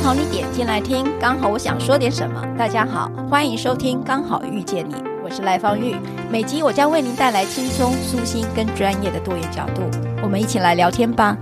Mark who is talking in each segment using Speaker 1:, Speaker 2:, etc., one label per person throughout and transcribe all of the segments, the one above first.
Speaker 1: 好你点进来听，刚好我想说点什么。大家好，欢迎收听刚好遇见你，我是赖芳玉。每集我将为您带来轻松、舒心跟专业的多元角度，我们一起来聊天吧。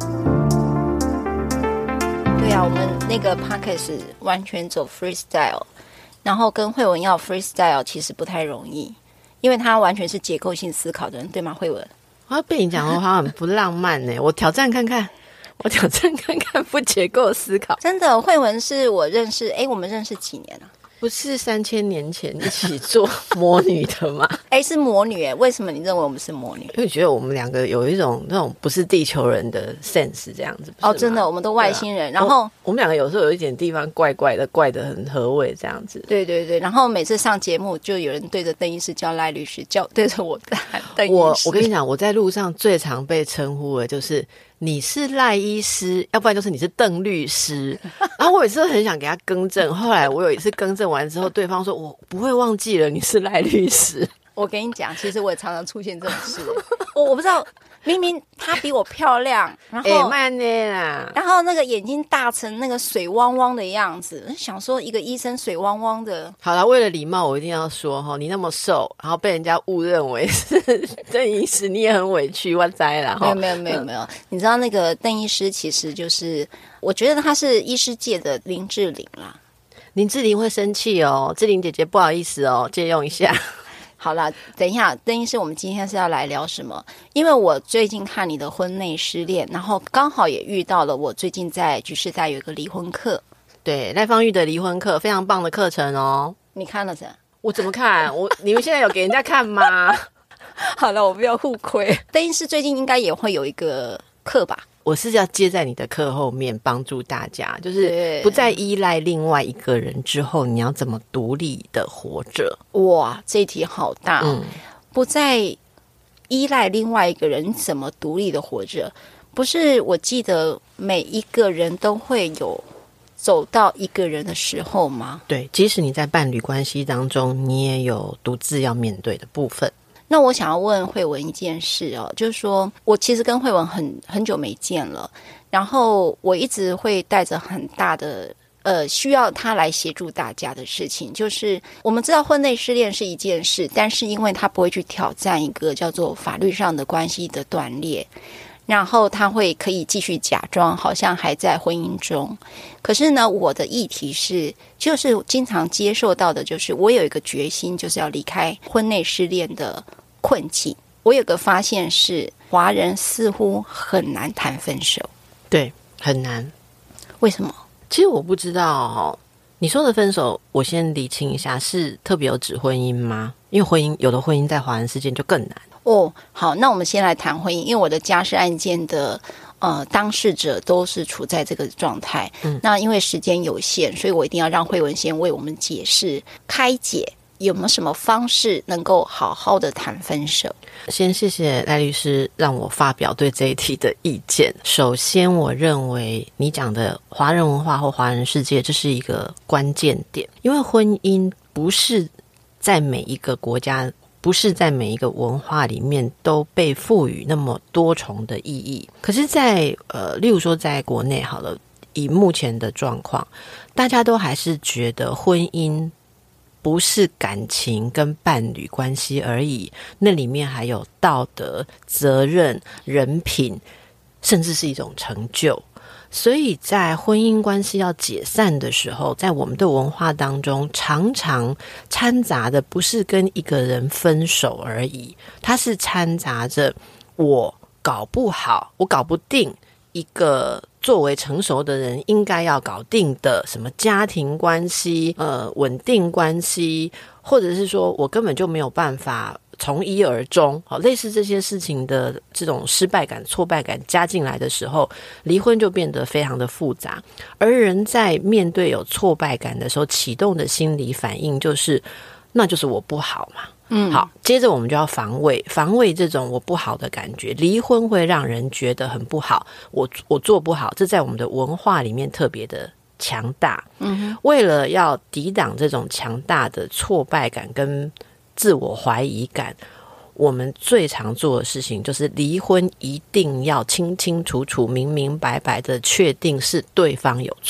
Speaker 1: 对啊，我们那个 podcast 完全走 freestyle， 然后跟慧文要 freestyle 其实不太容易，因为他完全是结构性思考的人，对吗？慧文，
Speaker 2: 我要被你讲的话很不浪漫呢。我挑战看看不结构思考。
Speaker 1: 真的，慧文是我认识，我们认识几年啊？
Speaker 2: 不是3000年前一起做魔女的吗？
Speaker 1: 是魔女为什么你认为我们是魔女？
Speaker 2: 因为觉得我们两个有一种那种不是地球人的 sense 这样子。
Speaker 1: 真的，我们都外星人。然后
Speaker 2: 我们两个有时候有一点地方怪怪的，怪得很合味这样子。
Speaker 1: 对对对，然后每次上节目就有人对着邓医师叫赖律师，对着我喊邓医师。
Speaker 2: 我跟你讲，我在路上最常被称呼的就是你是赖医师，要不然就是你是邓律师。然后我有一次很想给他更正，后来我有一次更正完之后，对方说我不会忘记了你是赖律师。
Speaker 1: 我跟你讲，其实我也常常出现这种事。我不知道，明明她比我漂亮，然后
Speaker 2: 慢点啦，
Speaker 1: 然后那个眼睛大成那个水汪汪的样子，想说一个医生水汪汪的。
Speaker 2: 好啦，为了礼貌，我一定要说你那么瘦，然后被人家误认为是邓医师，你也很委屈，我知啦。
Speaker 1: 没有，你知道那个邓医师其实就是，我觉得他是医师界的林志玲啦。
Speaker 2: 林志玲会生气哦，志玲姐姐不好意思哦，借用一下。
Speaker 1: 好啦，等一下，邓医师，我们今天是要来聊什么？因为我最近看你的婚内失恋，然后刚好也遇到了我最近在局势带有一个离婚课。
Speaker 2: 对，赖芳玉的离婚课，非常棒的课程哦。
Speaker 1: 你看了怎？
Speaker 2: 我怎么看？你们现在有给人家看吗？
Speaker 1: 好了，我不要互亏。邓医师最近应该也会有一个课吧？
Speaker 2: 我是要接在你的课后面，帮助大家，就是不再依赖另外一个人之后，你要怎么独立的活着。
Speaker 1: 哇，这一题好大不再依赖另外一个人，怎么独立的活着？不是，我记得每一个人都会有走到一个人的时候吗？对，
Speaker 2: 即使你在伴侣关系当中，你也有独自要面对的部分。
Speaker 1: 那我想要问慧文一件事就是说我其实跟慧文很久没见了，然后我一直会带着很大的需要他来协助大家的事情，就是我们知道婚内失恋是一件事，但是因为他不会去挑战一个叫做法律上的关系的断裂，然后他会可以继续假装好像还在婚姻中。可是呢，我的议题是就是经常接受到的就是我有一个决心，就是要离开婚内失恋的困境。我有个发现是华人似乎很难谈分手。
Speaker 2: 对，很难。
Speaker 1: 为什么？
Speaker 2: 其实我不知道你说的分手，我先厘清一下，是特别有指婚姻吗？因为有的婚姻在华人世界就更难。
Speaker 1: 好，那我们先来谈婚姻，因为我的家事案件的当事者都是处在这个状态。那因为时间有限，所以我一定要让慧文先为我们解释开解有没有什么方式能够好好的谈分手。
Speaker 2: 先谢谢赖律师让我发表对这一题的意见。首先我认为你讲的华人文化或华人世界，这是一个关键点，因为婚姻不是在每一个国家，不是在每一个文化里面都被赋予那么多重的意义。可是在例如说在国内好了，以目前的状况，大家都还是觉得婚姻不是感情跟伴侣关系而已，那里面还有道德、责任、人品，甚至是一种成就。所以在婚姻关系要解散的时候，在我们的文化当中，常常掺杂的不是跟一个人分手而已，它是掺杂着我搞不好，我搞不定一个作为成熟的人应该要搞定的什么家庭关系、稳定关系，或者是说我根本就没有办法从一而终，类似这些事情的这种失败感、挫败感加进来的时候，离婚就变得非常的复杂。而人在面对有挫败感的时候，启动的心理反应就是那就是我不好嘛。好，接着我们就要防卫这种我不好的感觉。离婚会让人觉得很不好，我做不好，这在我们的文化里面特别的强大。为了要抵挡这种强大的挫败感跟自我怀疑感，我们最常做的事情就是离婚一定要清清楚楚、明明白白的确定是对方有错。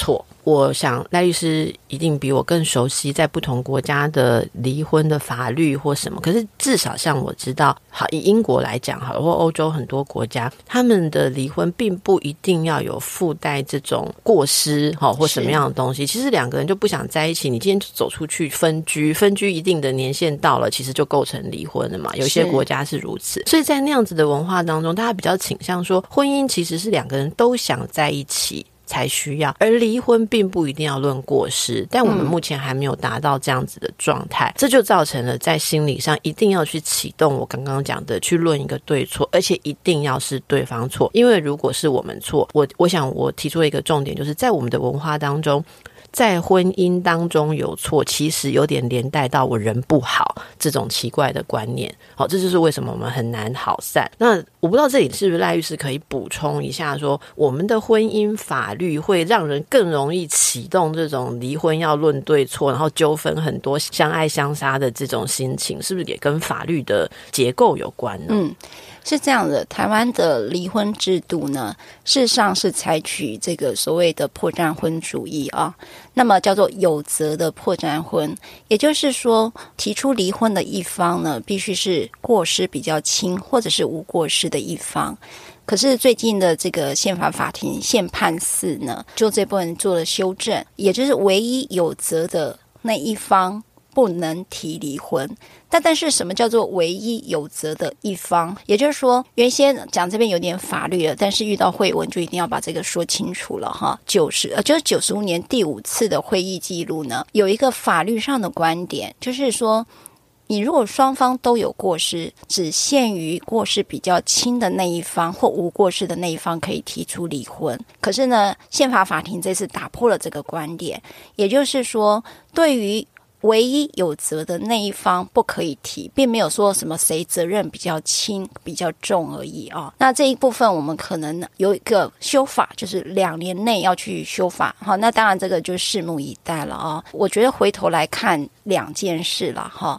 Speaker 2: 我想赖律师一定比我更熟悉在不同国家的离婚的法律或什么，可是至少像我知道，好，以英国来讲好了，或欧洲很多国家，他们的离婚并不一定要有附带这种过失或什么样的东西。其实两个人就不想在一起，你今天就走出去分居一定的年限到了，其实就构成离婚了嘛。有些国家是如此，所以在那样子的文化当中，大家比较倾向说，婚姻其实是两个人都想在一起才需要，而离婚并不一定要论过失，但我们目前还没有达到这样子的状态，这就造成了在心理上一定要去启动我刚刚讲的去论一个对错，而且一定要是对方错。因为如果是我们错，我想我提出了一个重点，就是在我们的文化当中，在婚姻当中有错，其实有点连带到我人不好这种奇怪的观念。好，这就是为什么我们很难好散。那我不知道这里是不是赖律师可以补充一下，说我们的婚姻法律会让人更容易启动这种离婚要论对错，然后纠纷很多，相爱相杀的这种心情，是不是也跟法律的结构有关呢？
Speaker 1: 是这样的，台湾的离婚制度呢，事实上是采取这个所谓的破绽婚主义啊，那么叫做有责的破绽婚，也就是说，提出离婚的一方呢，必须是过失比较轻或者是无过失的一方。可是最近的这个宪法法庭宪判4呢，就这部分做了修正，也就是唯一有责的那一方不能提离婚。但是什么叫做唯一有责的一方？也就是说，原先讲这边有点法律了，但是遇到会文就一定要把这个说清楚了哈。就是95年第5次的会议记录呢，有一个法律上的观点，就是说，你如果双方都有过失，只限于过失比较轻的那一方或无过失的那一方可以提出离婚。可是呢，宪法法庭这次打破了这个观点，也就是说，对于唯一有责的那一方不可以提，并没有说什么谁责任比较轻比较重而已啊。那这一部分我们可能有一个修法，就是2年内要去修法。好，那当然这个就拭目以待了啊。我觉得回头来看2件事了哈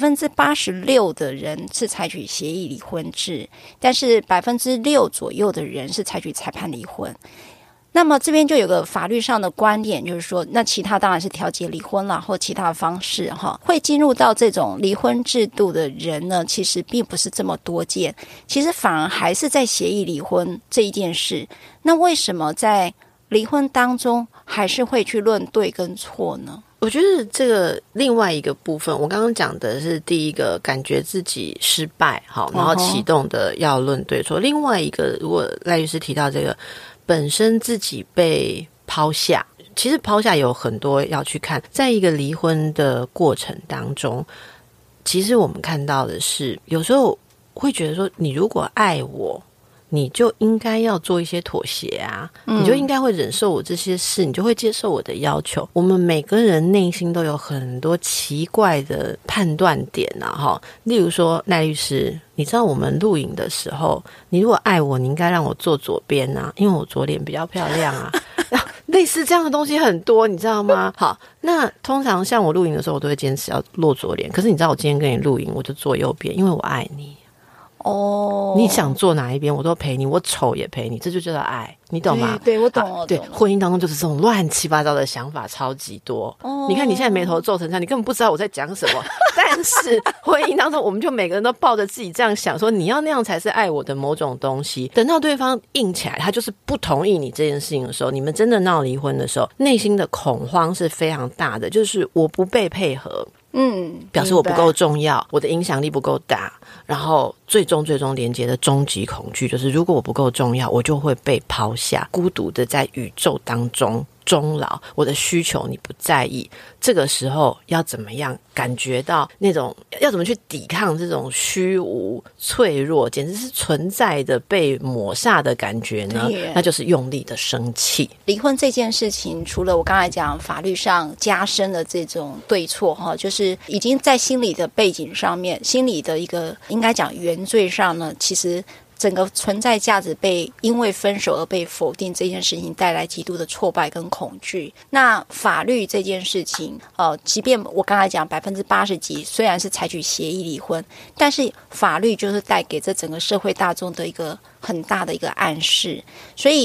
Speaker 1: ，86%的人是采取协议离婚制，但是6%左右的人是采取裁判离婚。那么这边就有个法律上的观点，就是说，那其他当然是调解离婚啦，或其他的方式哈，会进入到这种离婚制度的人呢，其实并不是这么多见，其实反而还是在协议离婚这一件事。那为什么在离婚当中还是会去论对跟错呢？
Speaker 2: 我觉得这个另外一个部分，我刚刚讲的是第一个感觉自己失败，好，然后启动的要论对错。另外一个，如果赖律师提到这个本身自己被抛下，其实抛下有很多要去看，在一个离婚的过程当中，其实我们看到的是，有时候会觉得说，你如果爱我，你就应该要做一些妥协啊，你就应该会忍受我这些事，你就会接受我的要求。我们每个人内心都有很多奇怪的判断点啊，例如说赖律师，你知道我们录影的时候，你如果爱我，你应该让我坐左边啊，因为我左脸比较漂亮啊类似这样的东西很多，你知道吗？好，那通常像我录影的时候，我都会坚持要落左脸，可是你知道我今天跟你录影，我就坐右边，因为我爱你。你想坐哪一边我都陪你，我丑也陪你，这就叫做爱，你懂吗？
Speaker 1: 对，我懂。
Speaker 2: 对，婚姻当中就是这种乱七八糟的想法超级多。你看你现在眉头皱成这样，你根本不知道我在讲什么。但是婚姻当中，我们就每个人都抱着自己这样想，说你要那样才是爱我的某种东西。等到对方硬起来，他就是不同意你这件事情的时候，你们真的闹离婚的时候，内心的恐慌是非常大的，就是我不被配合。表示我不够重要，我的影响力不够大，然后最终连结的终极恐惧就是，如果我不够重要，我就会被抛下，孤独的在宇宙当中终老，我的需求你不在意，这个时候要怎么样感觉到那种，要怎么去抵抗这种虚无脆弱，简直是存在的被抹煞的感觉呢？那就是用力的生气。
Speaker 1: 离婚这件事情，除了我刚才讲法律上加深的这种对错哈，就是已经在心理的背景上面，心理的一个应该讲原罪上呢，其实整个存在价值被因为分手而被否定这件事情带来极度的挫败跟恐惧。那法律这件事情即便我刚才讲80%几虽然是采取协议离婚，但是法律就是带给这整个社会大众的一个很大的一个暗示。所以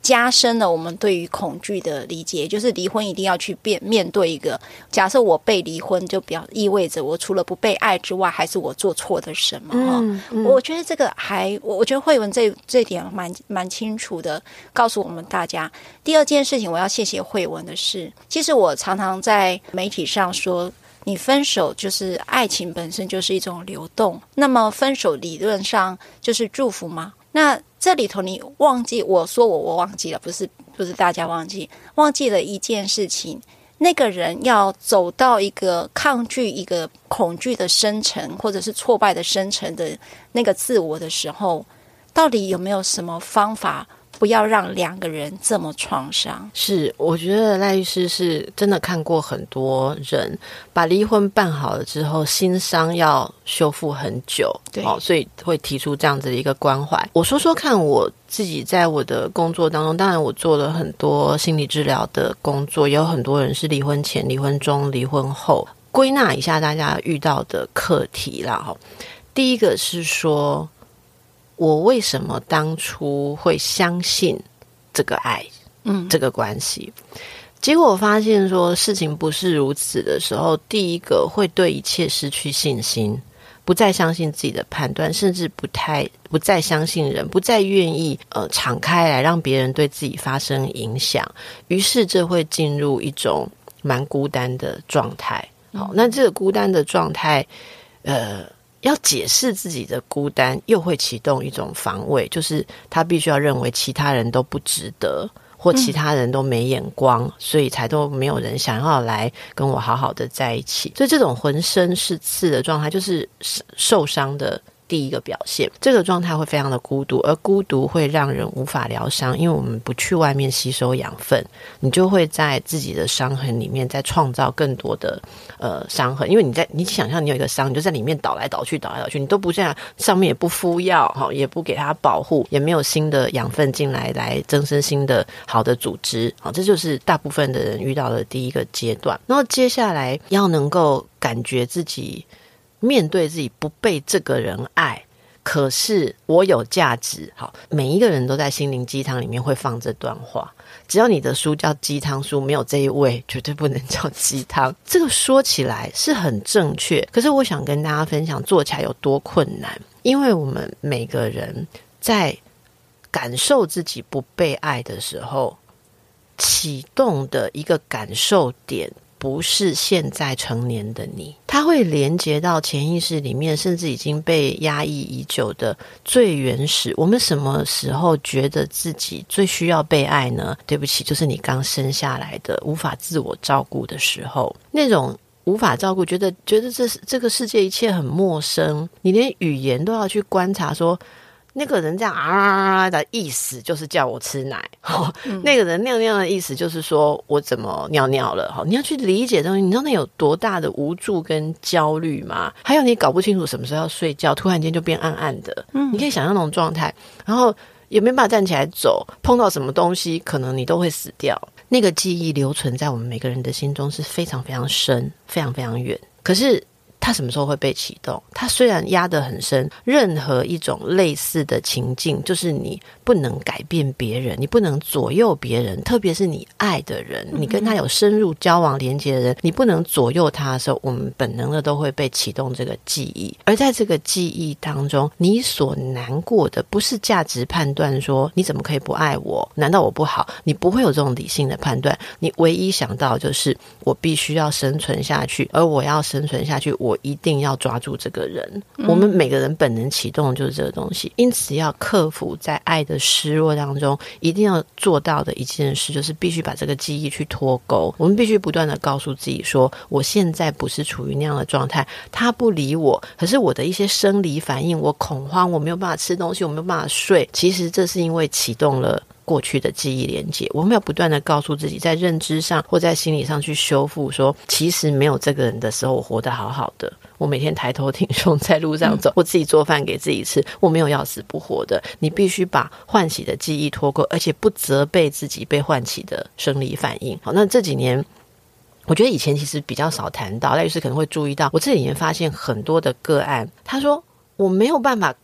Speaker 1: 加深了我们对于恐惧的理解，就是离婚一定要去面对一个假设我被离婚，就意味着我除了不被爱之外，还是我做错的什么。我觉得这个我觉得慧文这点蛮清楚的，告诉我们大家。第二件事情，我要谢谢慧文的是，其实我常常在媒体上说，你分手就是爱情本身就是一种流动，那么分手理论上就是祝福吗？那这里头你忘记我说我忘记了，不是大家忘记了一件事情，那个人要走到一个抗拒一个恐惧的生成，或者是挫败的生成的那个自我的时候，到底有没有什么方法不要让两个人这么创伤？
Speaker 2: 是，我觉得赖律师是真的看过很多人把离婚办好了之后，心伤要修复很久，
Speaker 1: 对，
Speaker 2: 所以会提出这样子的一个关怀。我说说看，我自己在我的工作当中，当然我做了很多心理治疗的工作，也有很多人是离婚前、离婚中、离婚后。归纳一下大家遇到的课题啦，第一个是说，我为什么当初会相信这个爱，这个关系？结果我发现说事情不是如此的时候，第一个会对一切失去信心，不再相信自己的判断，甚至不再相信人，不再愿意敞开来让别人对自己发生影响，于是这会进入一种蛮孤单的状态。好，那这个孤单的状态，要解释自己的孤单，又会启动一种防卫，就是他必须要认为其他人都不值得，或其他人都没眼光，所以才都没有人想要来跟我好好的在一起。所以这种浑身是刺的状态，就是受伤的第一个表现。这个状态会非常的孤独，而孤独会让人无法疗伤，因为我们不去外面吸收养分，你就会在自己的伤痕里面再创造更多的伤痕。因为你想象你有一个伤，你就在里面倒来倒去，你都不这样，上面也不敷药，也不给它保护，也没有新的养分进来增生新的好的组织。这就是大部分的人遇到的第一个阶段。然后接下来要能够感觉自己面对自己不被这个人爱，可是我有价值。好，每一个人都在心灵鸡汤里面会放这段话，只要你的书叫鸡汤书，没有这一味绝对不能叫鸡汤。这个说起来是很正确，可是我想跟大家分享做起来有多困难。因为我们每个人在感受自己不被爱的时候，启动的一个感受点不是现在成年的你，它会连接到潜意识里面，甚至已经被压抑已久的最原始。我们什么时候觉得自己最需要被爱呢？对不起，就是你刚生下来的无法自我照顾的时候，那种无法照顾，觉得这个世界一切很陌生，你连语言都要去观察说那个人这样的意思就是叫我吃奶，那个人那样的意思就是说我怎么尿尿了，你要去理解东西。你知道那有多大的无助跟焦虑吗？还有你搞不清楚什么时候要睡觉，突然间就变暗暗的，你可以想象那种状态，然后也没办法站起来走，碰到什么东西可能你都会死掉。那个记忆留存在我们每个人的心中是非常非常深，非常非常远。可是它什么时候会被启动？它虽然压得很深，任何一种类似的情境，就是你不能改变别人，你不能左右别人，特别是你爱的人，你跟他有深入交往连接的人，你不能左右他的时候，我们本能的都会被启动这个记忆。而在这个记忆当中，你所难过的不是价值判断说你怎么可以不爱我，难道我不好？你不会有这种理性的判断，你唯一想到就是我必须要生存下去，而我要生存下去，我一定要抓住这个人。我们每个人本能启动的就是这个东西，因此要克服在爱的失落当中一定要做到的一件事，就是必须把这个记忆去脱钩。我们必须不断的告诉自己说，我现在不是处于那样的状态，他不理我，可是我的一些生理反应，我恐慌，我没有办法吃东西，我没有办法睡，其实这是因为启动了过去的记忆连接。我们要不断的告诉自己，在认知上或在心理上去修复，说其实没有这个人的时候，我活得好好的，我每天抬头挺胸在路上走，我自己做饭给自己吃，我没有要死不活的。你必须把唤起的记忆脱钩，而且不责备自己被唤起的生理反应。好，那这几年我觉得以前其实比较少谈到，赖律师可能会注意到，我这几年发现很多的个案，他说我没有办法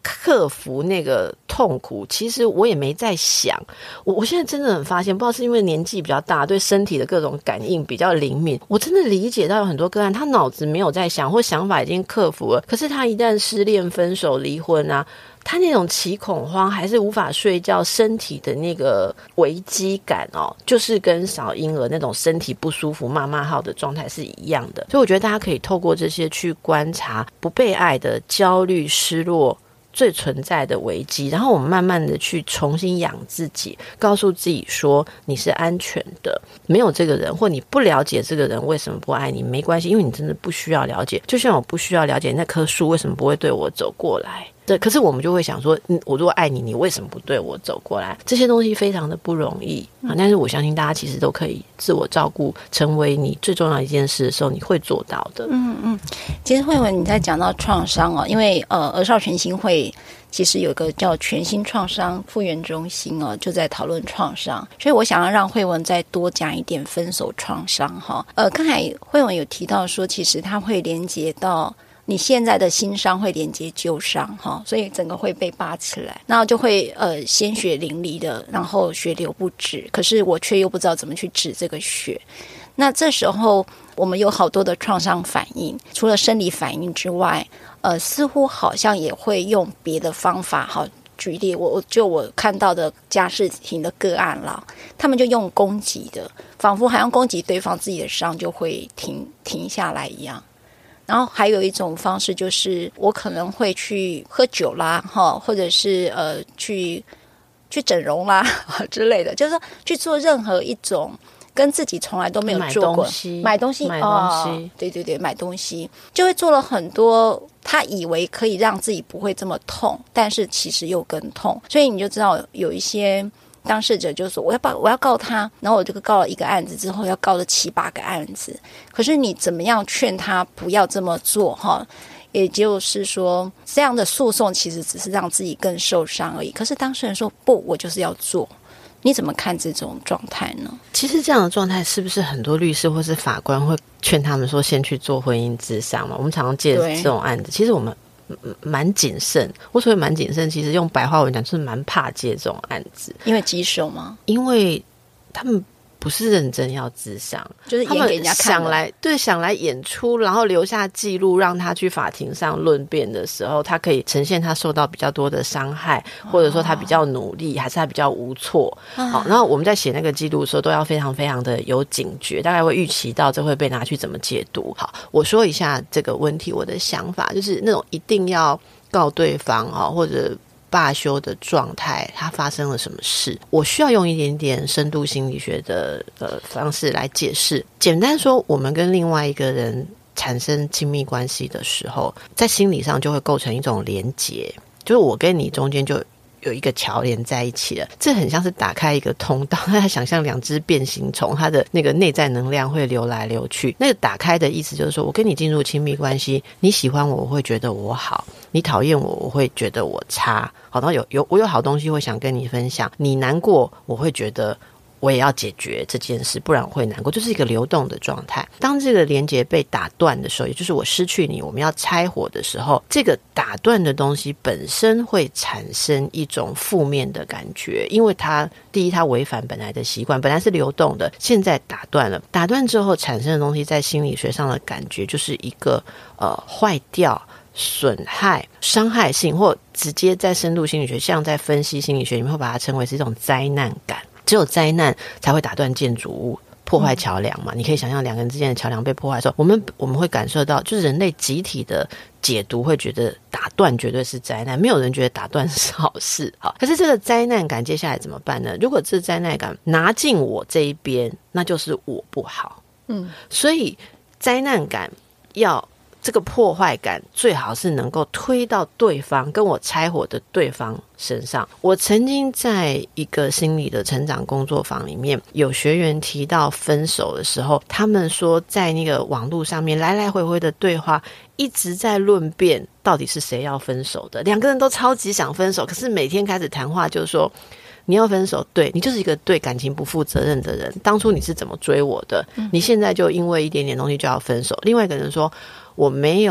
Speaker 2: 克服那个痛苦，其实我也没在想。我现在真的很发现，不知道是因为年纪比较大，对身体的各种感应比较灵敏，我真的理解到有很多个案，他脑子没有在想，或想法已经克服了，可是他一旦失恋、分手、离婚啊，他那种起恐慌，还是无法睡觉，身体的那个危机感哦，就是跟小婴儿那种身体不舒服、骂号的状态是一样的。所以我觉得大家可以透过这些去观察不被爱的焦虑、失落最存在的危机，然后我们慢慢的去重新养自己，告诉自己说你是安全的，没有这个人，或你不了解这个人为什么不爱你，没关系，因为你真的不需要了解，就像我不需要了解那棵树为什么不会对我走过来。对，可是我们就会想说，我如果爱你，你为什么不对我走过来？这些东西非常的不容易啊！但是我相信大家其实都可以自我照顾，成为你最重要的一件事的时候，你会做到的。
Speaker 1: 其实慧文你在讲到创伤哦，因为儿少全心会其实有一个叫全心创伤复原中心哦，就在讨论创伤，所以我想要让慧文再多讲一点分手创伤哈。刚才慧文有提到说，其实它会连接到你现在的新伤，会连接旧伤哈，所以整个会被扒起来，然后就会鲜血淋漓的，然后血流不止，可是我却又不知道怎么去止这个血。那这时候我们有好多的创伤反应，除了生理反应之外，似乎好像也会用别的方法哈。举例，我看到的家事庭的个案啦，他们就用攻击的，仿佛好像攻击对方，自己的伤就会停下来一样。然后还有一种方式就是我可能会去喝酒啦，或者是去整容啦之类的，就是说去做任何一种跟自己从来都没有做过买东西对对对，买东西就会做了很多他以为可以让自己不会这么痛，但是其实又更痛。所以你就知道有一些当事者就说我要告他，然后我就告了一个案子之后要告了7-8个案子，可是你怎么样劝他不要这么做哈？也就是说这样的诉讼其实只是让自己更受伤而已，可是当事人说不，我就是要做。你怎么看这种状态呢？
Speaker 2: 其实这样的状态是不是很多律师或是法官会劝他们说先去做婚姻咨商嘛？我们常常接这种案子，其实我们蛮谨慎。我所谓蛮谨慎，其实用白话文讲就是蛮怕接这种案子。
Speaker 1: 因为棘手吗？
Speaker 2: 因为他们不是认真要咨商，
Speaker 1: 就是演给人家看
Speaker 2: 的，想来演出，然后留下记录，让他去法庭上论辩的时候，他可以呈现他受到比较多的伤害，或者说他比较努力，还是他比较无措。好，然后我们在写那个记录的时候，都要非常非常的有警觉，大概会预期到这会被拿去怎么解读。好，我说一下这个问题，我的想法就是那种一定要告对方或者罢休的状态，它发生了什么事？我需要用一点点深度心理学的方式来解释。简单说，我们跟另外一个人产生亲密关系的时候，在心理上就会构成一种连结，就是我跟你中间就有一个桥连在一起了，这很像是打开一个通道。大家想象2只变形虫，它的那个内在能量会流来流去。那个打开的意思就是说，我跟你进入亲密关系，你喜欢我，我会觉得我好；你讨厌我，我会觉得我差。好，然后我有好东西会想跟你分享，你难过，我会觉得我也要解决这件事，不然我会难过，就是一个流动的状态。当这个连结被打断的时候，也就是我失去你，我们要拆伙的时候，这个打断的东西本身会产生一种负面的感觉，因为第一它违反本来的习惯，本来是流动的，现在打断了，打断之后产生的东西，在心理学上的感觉就是一个坏掉、损害、伤害性，或直接在深度心理学，像在分析心理学里面会把它称为是一种灾难感。只有灾难才会打断建筑物，破坏桥梁嘛。你可以想象2个人之间的桥梁被破坏的时候，我们会感受到，就是人类集体的解读会觉得打断绝对是灾难，没有人觉得打断是好事。好，可是这个灾难感接下来怎么办呢？如果这灾难感拿进我这一边，那就是我不好。所以灾难感这个破坏感最好是能够推到对方跟我拆伙的对方身上。我曾经在一个心理的成长工作坊里面，有学员提到分手的时候，他们说在那个网络上面来来回回的对话一直在论辩到底是谁要分手的，2个人都超级想分手，可是每天开始谈话就是说你要分手，对，你就是一个对感情不负责任的人，当初你是怎么追我的，你现在就因为一点点东西就要分手。另外一个人说我没有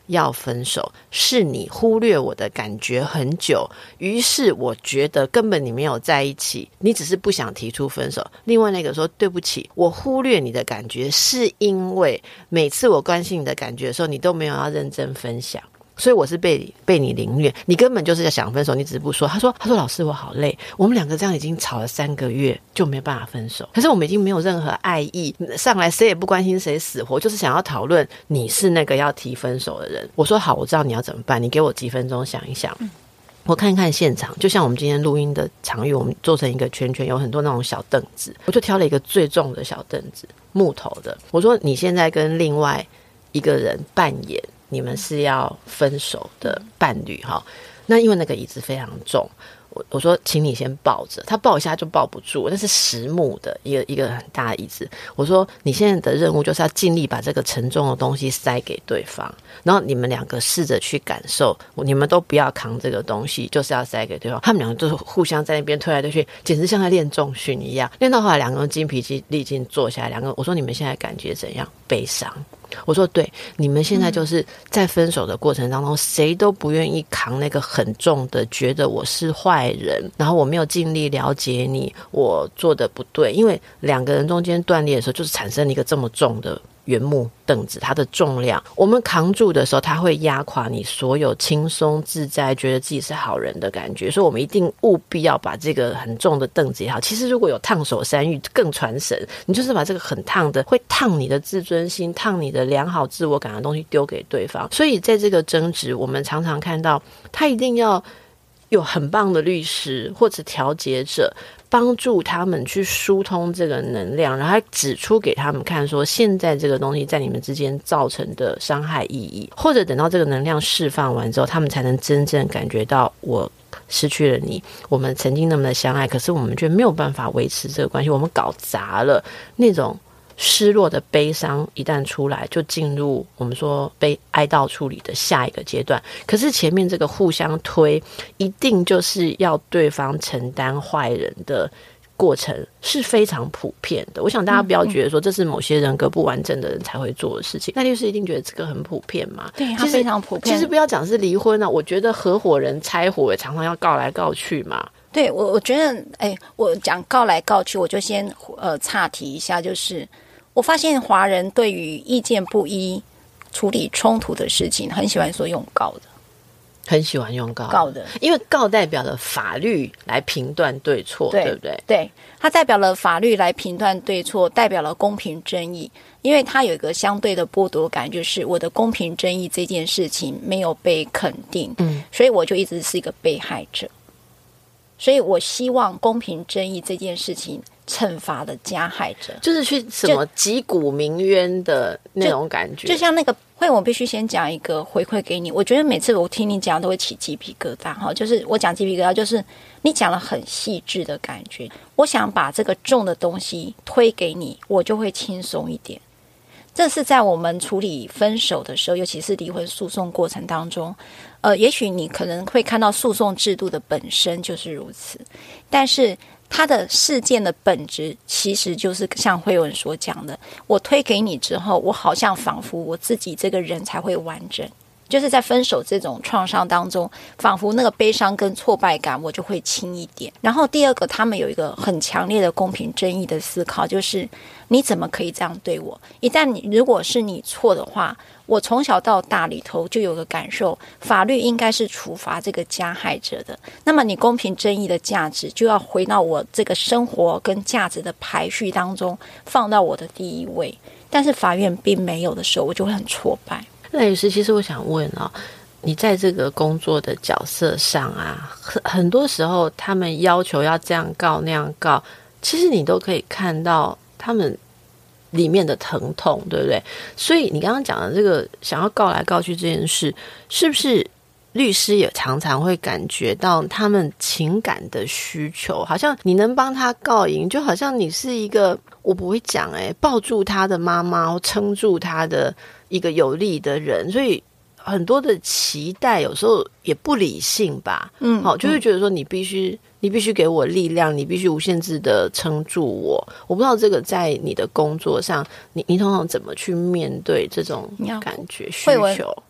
Speaker 2: 要分手，是你忽略我的感觉很久，于是我觉得根本你没有在一起，你只是不想提出分手。另外那个说对不起，我忽略你的感觉是因为每次我关心你的感觉的时候，你都没有要认真分享，所以我是被你凌虐，你根本就是想分手，你只是不说。他说老师我好累，我们两个这样已经吵了3个月就没办法分手，可是我们已经没有任何爱意，上来谁也不关心谁死活，就是想要讨论你是那个要提分手的人。我说好，我知道你要怎么办，你给我几分钟想一想。我看看现场，就像我们今天录音的场域，我们做成一个圈圈，有很多那种小凳子，我就挑了一个最重的小凳子，木头的。我说你现在跟另外一个人扮演你们是要分手的伴侣哈，那因为那个椅子非常重，我说请你先抱着，他抱一下就抱不住，那是实木的一个很大的椅子。我说你现在的任务就是要尽力把这个沉重的东西塞给对方，然后你们两个试着去感受，你们都不要扛这个东西，就是要塞给对方。他们两个就是互相在那边推来推去，简直像在练重训一样。练到后来两个人精疲力尽坐下来，两个我说你们现在感觉怎样？悲伤。我说对，你们现在就是在分手的过程当中，谁都不愿意扛那个很重的，觉得我是坏人，然后我没有尽力了解你，我做的不对。因为两个人中间断裂的时候，就是产生了一个这么重的原木凳子，它的重量我们扛住的时候，它会压垮你所有轻松自在觉得自己是好人的感觉，所以我们一定务必要把这个很重的凳子也好，其实如果有烫手山芋更传神，你就是把这个很烫的会烫你的自尊心，烫你的良好自我感的东西丢给对方。所以在这个争执，我们常常看到他一定要有很棒的律师或者调解者帮助他们去疏通这个能量，然后指出给他们看说现在这个东西在你们之间造成的伤害意义，或者等到这个能量释放完之后，他们才能真正感觉到我失去了你，我们曾经那么的相爱，可是我们却没有办法维持这个关系，我们搞砸了。那种失落的悲伤一旦出来，就进入我们说被哀悼处理的下一个阶段。可是前面这个互相推，一定就是要对方承担坏人的过程，是非常普遍的。我想大家不要觉得说这是某些人格不完整的人才会做的事情，那律师一定觉得这个很普遍嘛？
Speaker 1: 对，它非常普遍。
Speaker 2: 其实不要讲是离婚啊，我觉得合伙人拆伙也常常要告来告去嘛。
Speaker 1: 对，我觉得我讲告来告去，我就先岔题一下，就是我发现华人对于意见不一、处理冲突的事情，很喜欢说用告的，
Speaker 2: 很喜欢用
Speaker 1: 告的，
Speaker 2: 因为告代表了法律来评断对错， 对不对？
Speaker 1: 对，它代表了法律来评断对错，代表了公平正义，因为它有一个相对的剥夺感，就是我的公平正义这件事情没有被肯定，所以我就一直是一个被害者。所以我希望公平正义这件事情惩罚的加害者，就是
Speaker 2: 去什么击鼓鸣冤的那种感觉。
Speaker 1: 就像那个会，我必须先讲一个回馈给你。我觉得每次我听你讲都会起鸡皮疙瘩哈，就是我讲鸡皮疙瘩，就是你讲了很细致的感觉。我想把这个重的东西推给你，我就会轻松一点。这是在我们处理分手的时候，尤其是离婚诉讼过程当中，也许你可能会看到诉讼制度的本身就是如此，但是它的事件的本质其实就是像慧文所讲的，我推给你之后，我好像仿佛我自己这个人才会完整，就是在分手这种创伤当中，仿佛那个悲伤跟挫败感我就会轻一点。然后第二个，他们有一个很强烈的公平正义的思考，就是你怎么可以这样对我？一旦如果是你错的话，我从小到大里头就有个感受，法律应该是处罚这个加害者的。那么你公平正义的价值就要回到我这个生活跟价值的排序当中，放到我的第一位。但是法院并没有的时候，我就会很挫败。
Speaker 2: 那律师，其实我想问啊，你在这个工作的角色上啊，很多时候他们要求要这样告那样告，其实你都可以看到他们里面的疼痛，对不对？所以你刚刚讲的这个想要告来告去这件事，是不是律师也常常会感觉到他们情感的需求？好像你能帮他告赢，就好像你是一个，我不会讲抱住他的妈妈，或撑住他的一个有力的人，所以很多的期待有时候也不理性吧。就会觉得说你必须给我力量，你必须无限制的撑住我。我不知道这个在你的工作上，你通常怎么去面对这种感觉需求？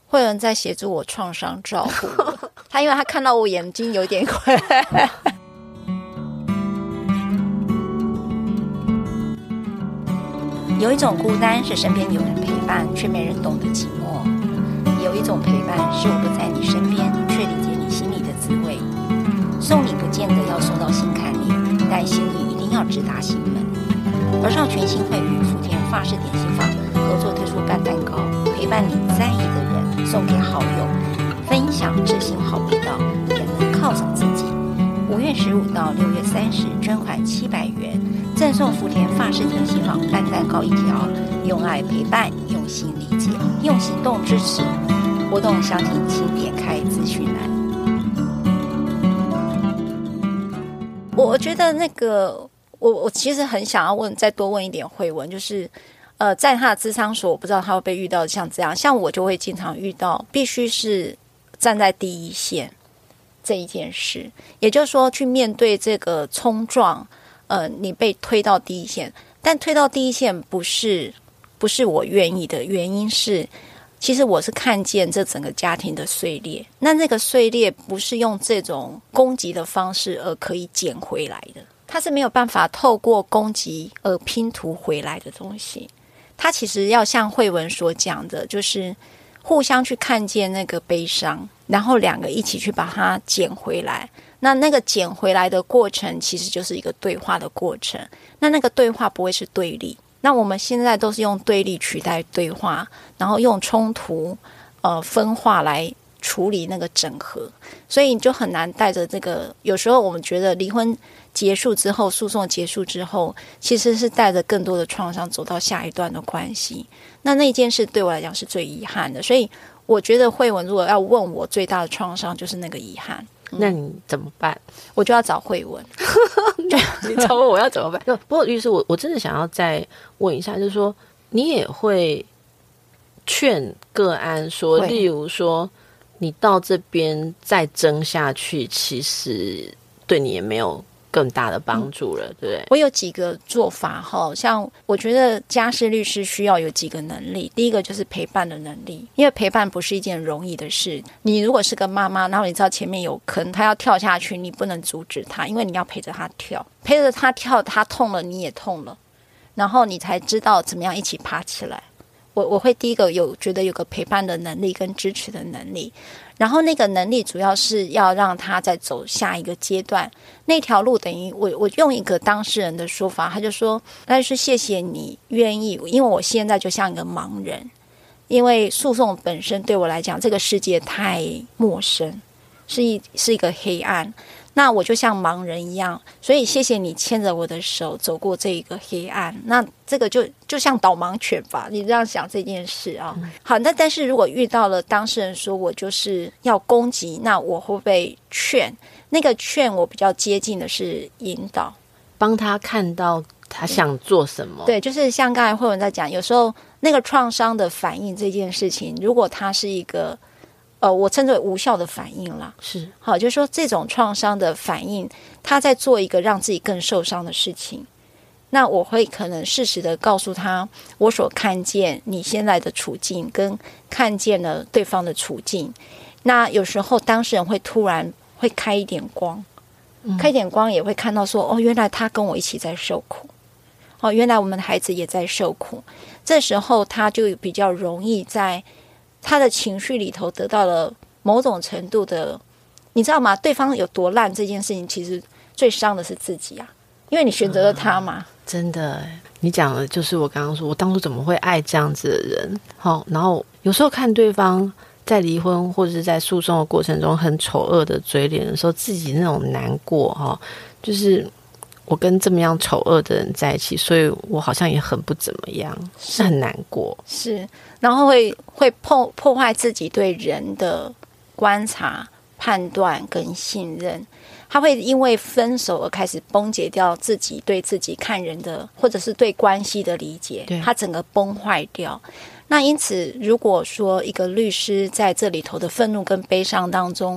Speaker 1: 慧文在协助我创伤照顾他，因为他看到我眼睛有点快有一种孤单是身边有人陪伴却没人懂得寂寞，有一种陪伴是我不在你身边却理解你心里的滋味。送礼不见得要送到心坎里，但心意一定要直达心门。而上全新会与福田法式点心坊合作推出干蛋糕，陪伴你在意的人，送给好友，分享知心好味道，也能犒赏自己。5月15到6月30，捐款700元，赠送福田法式点心坊干蛋糕1条，用爱陪伴，用心理解，用行动支持。活动详情请点开资讯栏。我觉得那个我其实很想要再多问一点慧文，就是在他的咨商所，我不知道他会不会遇到像这样，像我就会经常遇到必须是站在第一线这一件事，也就是说去面对这个冲撞，你被推到第一线，但推到第一线不是我愿意的，原因是其实我是看见这整个家庭的碎裂，那个碎裂不是用这种攻击的方式而可以捡回来的，它是没有办法透过攻击而拼图回来的东西。它其实要像慧文所讲的，就是互相去看见那个悲伤，然后两个一起去把它捡回来。那个捡回来的过程其实就是一个对话的过程，那个对话不会是对立，那我们现在都是用对立取代对话，然后用冲突分化来处理那个整合，所以你就很难带着这个，有时候我们觉得离婚结束之后，诉讼结束之后，其实是带着更多的创伤走到下一段的关系，那件事对我来讲是最遗憾的，所以我觉得慧文如果要问我最大的创伤就是那个遗憾。
Speaker 2: 那你怎么办？
Speaker 1: 我就要找慧文
Speaker 2: 你找我要怎么办？不过律师，我真的想要再问一下，就是说你也会劝个案说，例如说你到这边再争下去，其实对你也没有更大的帮助了，对不对？
Speaker 1: 我有几个做法哈，像我觉得家事律师需要有几个能力。第一个就是陪伴的能力，因为陪伴不是一件容易的事。你如果是个妈妈，然后你知道前面有坑，他要跳下去，你不能阻止他，因为你要陪着他跳，陪着他跳，他痛了你也痛了，然后你才知道怎么样一起爬起来。我会第一个觉得有个陪伴的能力跟支持的能力，然后那个能力主要是要让他再走下一个阶段，那条路等于我用一个当事人的说法，他就说但是谢谢你愿意，因为我现在就像一个盲人，因为诉讼本身对我来讲这个世界太陌生，是一个黑暗，那我就像盲人一样，所以谢谢你牵着我的手走过这一个黑暗，那这个就像导盲犬吧，你这样想这件事啊。好，那但是如果遇到了当事人说我就是要攻击，那我会不会劝？那个劝我比较接近的是引导，
Speaker 2: 帮他看到他想做什么。
Speaker 1: 对，就是像刚才慧文在讲，有时候那个创伤的反应这件事情，如果它是一个我称之为无效的反应啦，
Speaker 2: 是
Speaker 1: 好，就是说这种创伤的反应，他在做一个让自己更受伤的事情。那我会可能适时的告诉他，我所看见你现在的处境，跟看见了对方的处境。那有时候当事人会突然会开一点光，开一点光也会看到说，哦，原来他跟我一起在受苦，哦，原来我们的孩子也在受苦。这时候他就比较容易在他的情绪里头得到了某种程度的，你知道吗？对方有多烂这件事情，其实最伤的是自己啊，因为你选择了他嘛。
Speaker 2: 真的，你讲的就是我刚刚说，我当初怎么会爱这样子的人？好，然后有时候看对方在离婚或者是在诉讼的过程中很丑恶的嘴脸的时候，自己那种难过哈，就是我跟这么样丑恶的人在一起，所以我好像也很不怎么样，是很难过，
Speaker 1: 是，然后会破坏自己对人的观察、判断跟信任。他会因为分手而开始崩解掉自己对自己看人的，或者是对关系的理解，他整个崩坏掉。那因此，如果说一个律师在这里头的愤怒跟悲伤当中，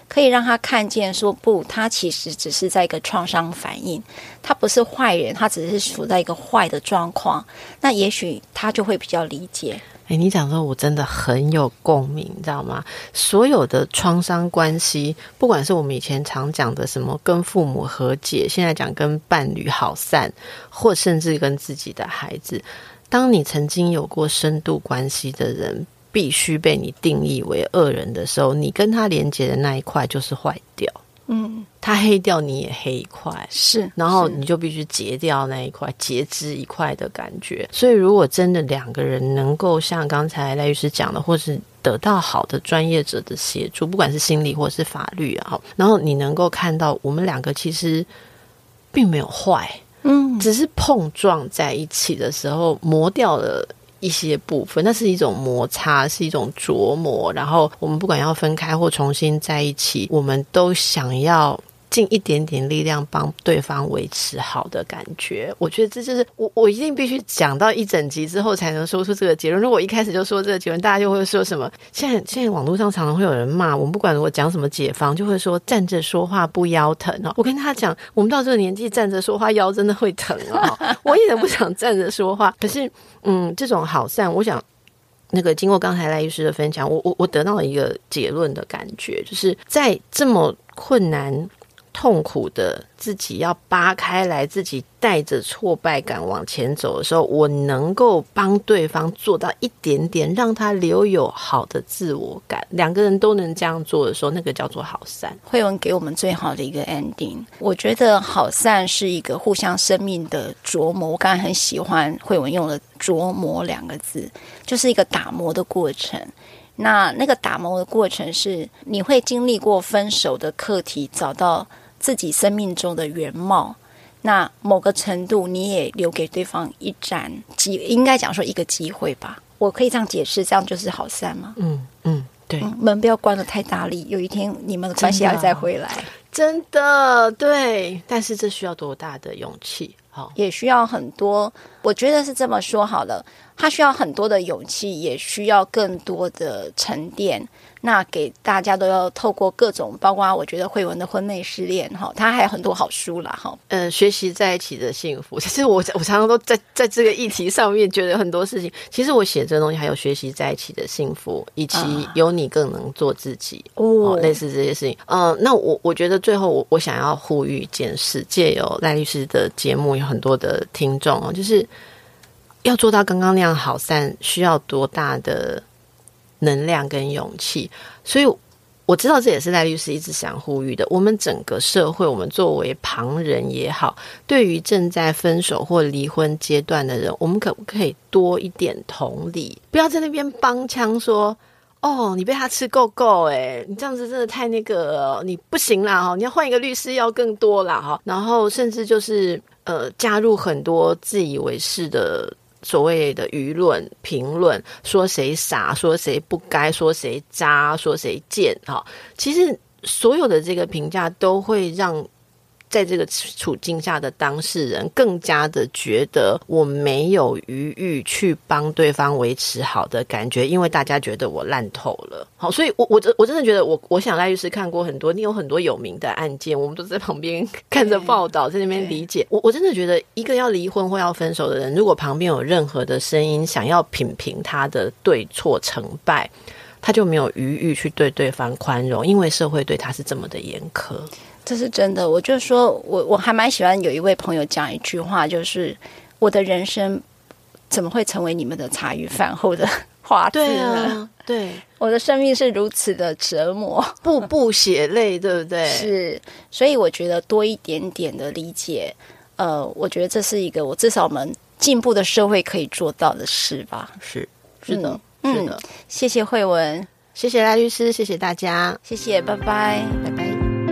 Speaker 1: 可以让他看见说不，他其实只是在一个创伤反应，他不是坏人，他只是处在一个坏的状况，那也许他就会比较理解。
Speaker 2: 你讲说我真的很有共鸣，你知道吗？所有的创伤关系，不管是我们以前常讲的什么跟父母和解，现在讲跟伴侣好散，或甚至跟自己的孩子，当你曾经有过深度关系的人必须被你定义为恶人的时候，你跟他连结的那一块就是坏掉。他黑掉你也黑一块，
Speaker 1: 是，
Speaker 2: 然后你就必须截掉那一块，截肢一块的感觉。所以如果真的两个人能够像刚才赖律师讲的，或是得到好的专业者的协助，不管是心理或是法律啊，然后你能够看到我们两个其实并没有坏，只是碰撞在一起的时候磨掉了一些部分，那是一种摩擦，是一种琢磨，然后我们不管要分开或重新在一起，我们都想要尽一点点力量帮对方维持好的感觉。我觉得这就是我一定必须讲到一整集之后才能说出这个结论。如果我一开始就说这个结论，大家就会说什么现在网络上常常会有人骂我们，不管我讲什么解方，就会说站着说话不腰疼哦。我跟他讲，我们到这个年纪站着说话腰真的会疼哦。我也不想站着说话，可是这种好散，我想那个经过刚才赖律师的分享，我得到了一个结论的感觉，就是在这么困难痛苦的自己要扒开来，自己带着挫败感往前走的时候，我能够帮对方做到一点点，让他留有好的自我感，两个人都能这样做的时候，那个叫做好散。
Speaker 1: 慧文给我们最好的一个 ending， 我觉得好散是一个互相生命的琢磨。我刚才很喜欢慧文用了琢磨两个字，就是一个打磨的过程。那个打磨的过程是你会经历过分手的课题，找到自己生命中的原貌，那某个程度你也留给对方一盏应该讲说一个机会吧，我可以这样解释，这样就是好散吗？
Speaker 2: 对，
Speaker 1: 门不要关得太大力，有一天你们的关系要再回来，
Speaker 2: 真的对，但是这需要多大的勇气，
Speaker 1: 也需要很多，我觉得是这么说好了，它需要很多的勇气，也需要更多的沉淀。那给大家都要透过各种，包括我觉得慧文的婚内失恋，他还有很多好书啦，
Speaker 2: 学习在一起的幸福。其实我常常都在这个议题上面觉得很多事情，其实我写这个东西还有学习在一起的幸福，以及有你更能做自己，类似这些事情。那我觉得最后我想要呼吁一件事，借由赖律师的节目有很多的听众就是要做到刚刚那样好散，需要多大的能量跟勇气。所以我知道这也是赖律师一直想呼吁的，我们整个社会，我们作为旁人也好，对于正在分手或离婚阶段的人，我们可不可以多一点同理，不要在那边帮腔说你被他吃够够你这样子真的太那个你不行啦你要换一个律师要更多啦然后甚至就是加入很多自以为是的所谓的舆论评论，说谁傻，说谁不该，说谁渣，说谁贱其实所有的这个评价都会让在这个处境下的当事人更加的觉得我没有余裕去帮对方维持好的感觉，因为大家觉得我烂透了。好，所以我真的觉得我想赖律师看过很多，你有很多有名的案件，我们都在旁边看着报道，在那边理解。我真的觉得一个要离婚或要分手的人，如果旁边有任何的声音想要品评他的对错成败，他就没有余裕去对对方宽容，因为社会对他是这么的严苛。
Speaker 1: 这是真的。我就说我还蛮喜欢有一位朋友讲一句话，就是我的人生怎么会成为你们的茶余饭后的话题呢？对，我的生命是如此的折磨，
Speaker 2: 步步血泪，对不对？
Speaker 1: 是，所以我觉得多一点点的理解，我觉得这是一个至少我们进步的社会可以做到的事吧。
Speaker 2: 是的，
Speaker 1: 是的。谢谢慧文，
Speaker 2: 谢谢赖律师，谢谢大家，
Speaker 1: 谢谢，拜拜，拜拜。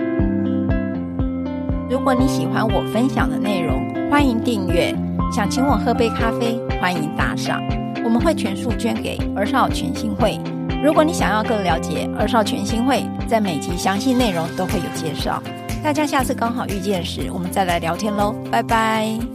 Speaker 1: 如果你喜欢我分享的内容，欢迎订阅。想请我喝杯咖啡，欢迎打赏，我们会全数捐给儿少全心会。如果你想要更了解儿少全心会，在每集详细内容都会有介绍。大家下次刚好遇见时，我们再来聊天咯，拜拜。